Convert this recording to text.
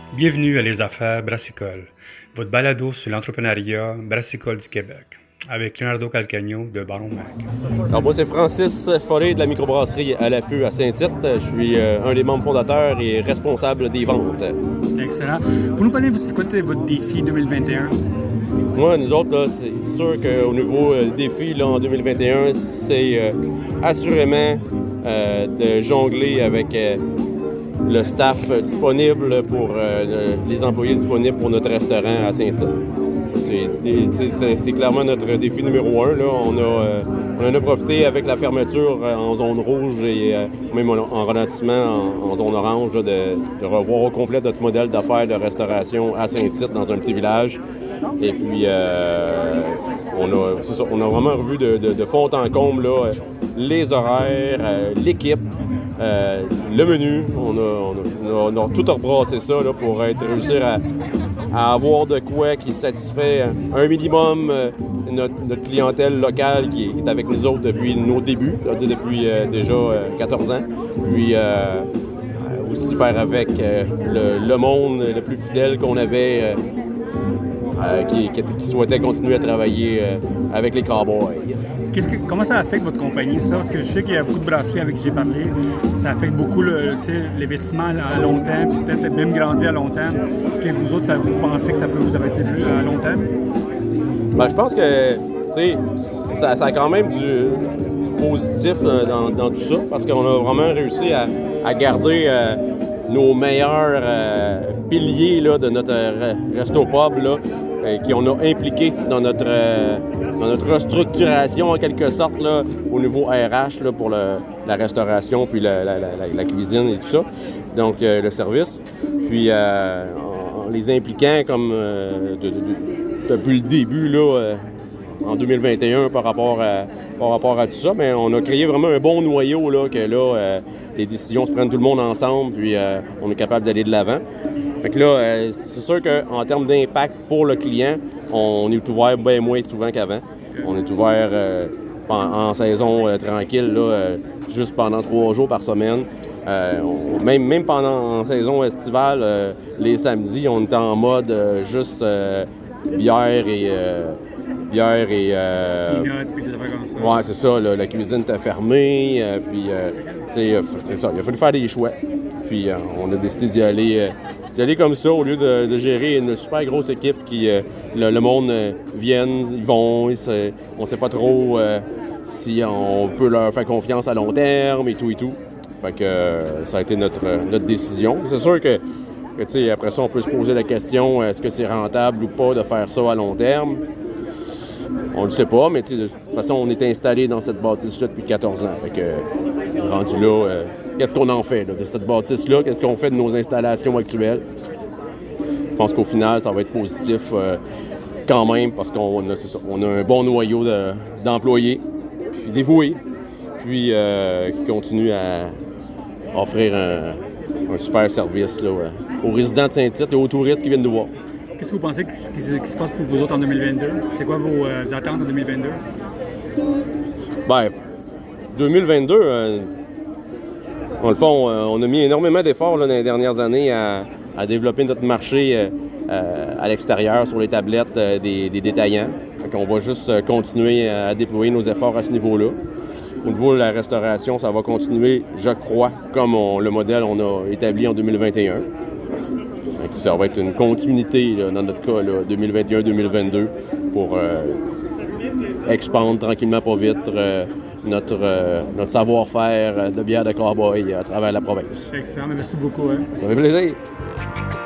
Bienvenue à Les Affaires Brassicole, votre balado sur l'entrepreneuriat brassicole du Québec, avec Leonardo Calcagno de Baron Mac. Alors moi, c'est Francis Follet de la microbrasserie à l'affût à Saint-Tite. Je suis un des membres fondateurs et responsable des ventes. Excellent. Pour nous parler, c'est quoi votre défi 2021? Moi, nous autres, là, c'est sûr qu'au niveau défi là, en 2021, c'est assurément de jongler avec le staff disponible pour les employés disponibles pour notre restaurant à Saint-Tite. C'est clairement notre défi numéro un. Là. On en a profité avec la fermeture en zone rouge et même en ralentissement en zone orange là, de revoir au complet notre modèle d'affaires de restauration à Saint-Tite dans un petit village. Et puis, on a vraiment revu de fond en comble là, les horaires, l'équipe, le menu. On a tout rebrassé ça là, pour réussir à avoir de quoi qui satisfait un minimum notre clientèle locale qui est avec nous autres depuis nos débuts, c'est-à-dire depuis déjà 14 ans. Puis aussi faire avec le monde le plus fidèle qu'on avait qui souhaitait continuer à travailler avec les cowboys. Comment ça affecte votre compagnie, ça? Parce que je sais qu'il y a beaucoup de brasseries avec qui j'ai parlé. Ça affecte beaucoup l'investissement à long terme, puis peut-être même grandir à long terme. Est-ce que vous autres, vous pensez que ça peut vous affecter plus à long terme? Ben, je pense que ça a quand même du positif dans tout ça, parce qu'on a vraiment réussi à garder nos meilleurs piliers là, de notre resto-pub là, qui on a impliqué dans notre restructuration en quelque sorte là, au niveau RH là, pour la restauration puis la cuisine et tout ça, donc le service. Puis en les impliquant comme depuis le début là, en 2021 par rapport à tout ça, mais on a créé vraiment un bon noyau là, que là, les décisions se prennent tout le monde ensemble, puis on est capable d'aller de l'avant. Fait que là, c'est sûr qu'en termes d'impact pour le client, on est ouvert bien moins souvent qu'avant. On est ouvert en saison tranquille, là, juste pendant 3 jours par semaine. Même pendant en saison estivale, les samedis, on est en mode juste bière et Peanuts, puis des affaires comme ça. Ouais, c'est ça. Là, la cuisine était fermée. Puis, tu sais, c'est ça. Il a fallu faire des choix. Puis, on a décidé d'y aller comme ça au lieu de gérer une super grosse équipe qui, le monde vienne, ils vont. On sait pas trop si on peut leur faire confiance à long terme et tout et tout. Fait que ça a été notre décision. C'est sûr que tu sais, après ça, on peut se poser la question, est-ce que c'est rentable ou pas de faire ça à long terme? On le sait pas, mais de toute façon, on est installé dans cette bâtisse-là depuis 14 ans. Fait que, rendu là, qu'est-ce qu'on en fait là, de cette bâtisse-là? Qu'est-ce qu'on fait de nos installations actuelles? Je pense qu'au final, ça va être positif quand même, parce qu'on a un bon noyau d'employés, puis dévoués, puis qui continuent à offrir un super service là, aux résidents de Saint-Tite et aux touristes qui viennent nous voir. Qu'est-ce que vous pensez qui se passe pour vous autres en 2022? C'est quoi vos attentes en 2022? Bien, 2022, dans le fond, on a mis énormément d'efforts là, dans les dernières années à développer notre marché à l'extérieur, sur les tablettes des détaillants. Fait qu'on va juste continuer à déployer nos efforts à ce niveau-là. Au niveau de la restauration, ça va continuer, je crois, comme le modèle on a établi en 2021. Ça va être une continuité là, dans notre cas, 2021-2022, pour expandre tranquillement pas vite notre savoir-faire de bière de cowboy à travers la province. Excellent, merci beaucoup. Hein? Ça fait plaisir.